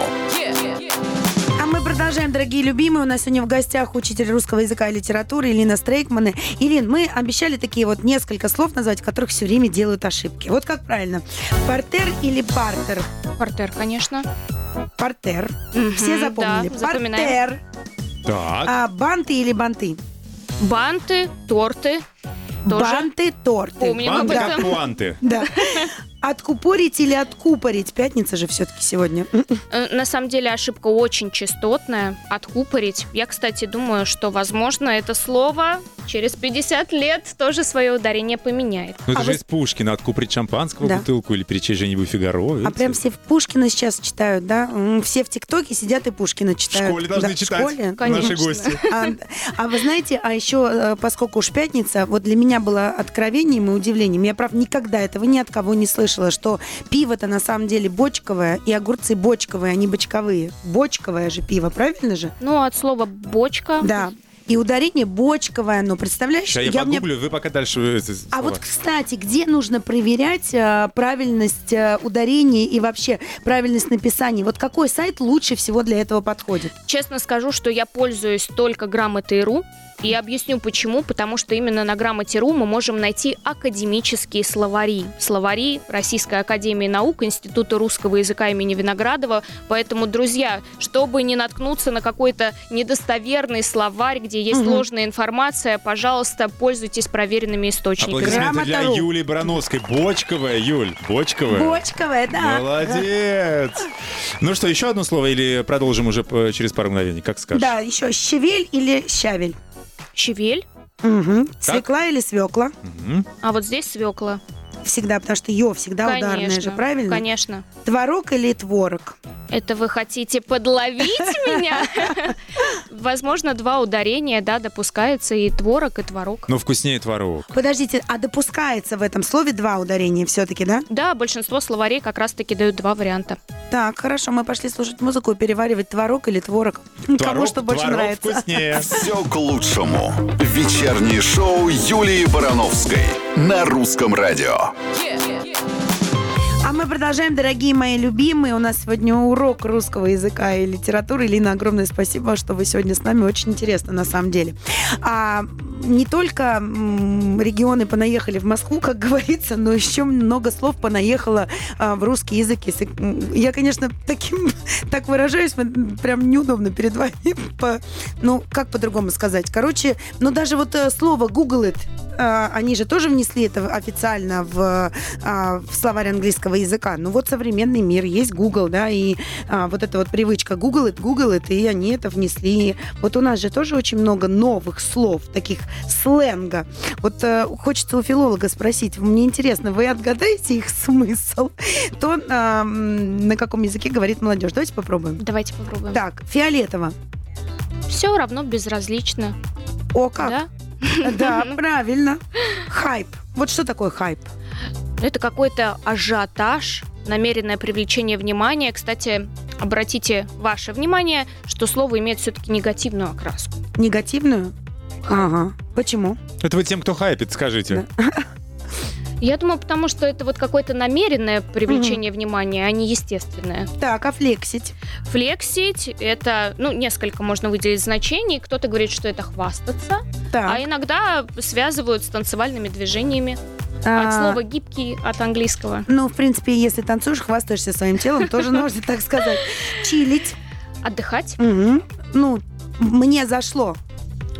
А мы продолжаем, дорогие любимые. У нас сегодня в гостях учитель русского языка и литературы Илина Стрейкман. Илин, мы обещали такие вот несколько слов назвать, в которых все время делают ошибки. Вот как правильно? Партер или партер? Партер, конечно. Партер. Все запомнили. Да, запоминаем. Партер. Так. А банты или банты? Банты, торты. Тоже. Банты, торты. Помним об Банты этом. как пуанты. Да. Откупорить или откупорить? Пятница же все-таки сегодня. На самом деле ошибка очень частотная. Откупорить. Я, кстати, думаю, что, возможно, это слово через 50 лет тоже свое ударение поменяет. Ну это А же вы- из Пушкина. Откупорить шампанского Да. бутылку или перечесть «Женитьбу Фигаро». А видите? прям все в Пушкина сейчас читают, да? Все в ТикТоке сидят и Пушкина В читают. школе должны Да, читать В школе? Конечно. наши гости. А вы знаете, а еще, поскольку уж пятница, вот для меня было откровением и удивлением. Я, правда, никогда этого ни от кого не слышала, что пиво-то на самом деле бочковое, и огурцы бочковые, а не бочковые. Бочковое же пиво, правильно же? Ну, от слова «бочка». Да. И ударение бочковое, ну, представляешь? Сейчас я мне- погуглю, вы пока дальше... А вот, кстати, где нужно проверять правильность ударения и вообще правильность написания? Вот какой сайт лучше всего для этого подходит? Честно скажу, что я пользуюсь только грамотой.ру. И объясню почему. Потому что именно на грамоте.ру мы можем найти академические словари. Словари Российской академии наук, Института русского языка имени Виноградова. Поэтому, друзья, чтобы не наткнуться на какой-то недостоверный словарь, где есть ложная информация, пожалуйста, пользуйтесь проверенными источниками. Аплодисменты для Грамота.ру. Юлии Барановской. Бочковая, Юль, бочковая. Бочковое, да. Молодец. Ну что, еще одно слово или продолжим уже через пару мгновений, как скажешь? Да, еще щавель или щавель? Щавель. Угу. Свекла или свекла? Мгм. А вот здесь свекла. Всегда, потому что ё всегда ударная же, правильно? Конечно. Творог или творог? Это вы хотите подловить меня? Возможно, два ударения, да, допускается и творог, и творог. Но вкуснее творог. Подождите, а допускается в этом слове два ударения все-таки, да? Да, большинство словарей как раз-таки дают два варианта. Так, хорошо, мы пошли слушать музыку и переваривать творог или творог. Кому что больше творог нравится. вкуснее. Все к лучшему. Вечернее шоу Юлии Барановской на Русском радио. А мы продолжаем, дорогие мои любимые. У нас сегодня урок русского языка и литературы. Лина, огромное спасибо, что вы сегодня с нами. Очень интересно, на самом деле. Не только регионы понаехали в Москву, как говорится, но еще много слов понаехало в русский язык. Я, конечно, так выражаюсь, прям неудобно перед вами. Ну, как по-другому сказать? Короче, ну даже вот слово «Google it», они же тоже внесли это официально в словарь английского языка. Ну вот современный мир, есть Google, да, и вот эта вот привычка Google it, и они это внесли. Вот у нас же тоже очень много новых слов, таких сленга. Вот хочется у филолога спросить, мне интересно, вы отгадаете их смысл? То на каком языке говорит молодежь? Давайте попробуем. Давайте попробуем. Так, фиолетово. Все равно безразлично. О, как? Да? Да, правильно. Хайп. Вот что такое хайп? Это какой-то ажиотаж, намеренное привлечение внимания. Кстати, обратите ваше внимание, что слово имеет все-таки негативную окраску. Негативную? Ага. Почему? Это вы тем, кто хайпит, скажите. Я думаю, потому что это вот какое-то намеренное привлечение внимания, а не естественное. Так, а флексить? Флексить — это, несколько можно выделить значений. Кто-то говорит, что это хвастаться, Так. а иногда связывают с танцевальными движениями. От слова «гибкий» от английского. Ну, в принципе, если танцуешь, хвастаешься своим телом, тоже можно так сказать. Чилить. Отдыхать. Мгм. Ну, мне зашло.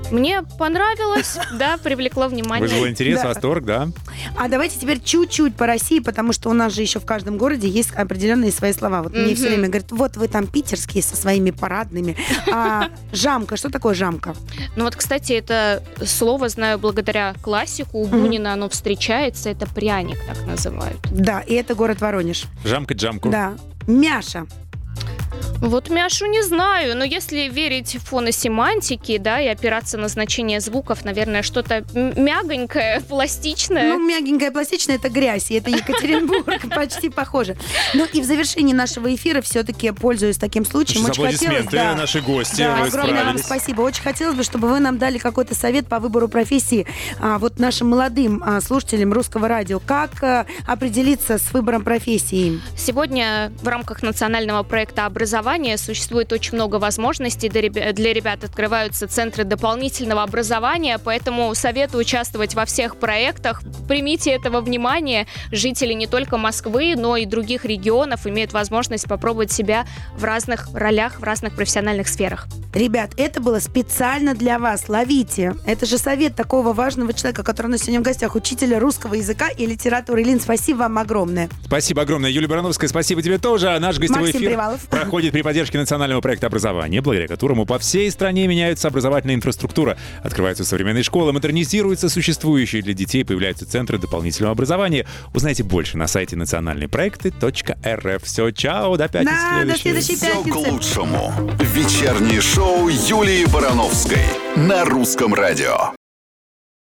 Мне понравилось, да, привлекло внимание. Вызвало интерес, Да. восторг, да? А давайте теперь чуть-чуть по России, потому что у нас же еще в каждом городе есть определенные свои слова. Вот мне все время говорят, вот вы там питерские со своими парадными. А жамка, что такое жамка? Ну вот, кстати, это слово знаю благодаря классику. У Бунина оно встречается. Это пряник, так называют. Да, и это город Воронеж. Жамка-джамку. Да. Мяша. Вот Мяшу не знаю, но если верить фоносемантике, да, и опираться на значение звуков, наверное, что-то мягонькое, пластичное. Ну, мягенькая, пластичная, это грязь, и это Екатеринбург, почти похоже. Ну, и в завершении нашего эфира все-таки, пользуясь таким случаем, очень хотелось... Аплодисменты, наши гости, Да, вы огромное вам справились. спасибо. Очень хотелось бы, чтобы вы нам дали какой-то совет по выбору профессии вот нашим молодым слушателям Русского радио. Как определиться с выбором профессии? Сегодня в рамках национального проекта образования существует очень много возможностей. Для ребят открываются центры дополнительного образования, поэтому советую участвовать во всех проектах. Примите это во внимание. Жители не только Москвы, но и других регионов имеют возможность попробовать себя в разных ролях, в разных профессиональных сферах. Ребят, это было специально для вас. Ловите. Это же совет такого важного человека, который у нас сегодня в гостях, учителя русского языка и литературы. Илин, спасибо вам огромное. Спасибо огромное, Юлия Барановская, спасибо тебе тоже. Наш гостевой Максим эфир Привалов. проходит при поддержке национального проекта образования, благодаря которому по всей стране меняется образовательная инфраструктура, открываются современные школы, модернизируются существующие, для детей появляются центры дополнительного образования. Узнайте больше на сайте национальныйпроекты.рф. Все, чао, до пятницы Да, до следующей Все к пятницы. лучшему. Вечернее шоу Юлии Барановской на Русском радио.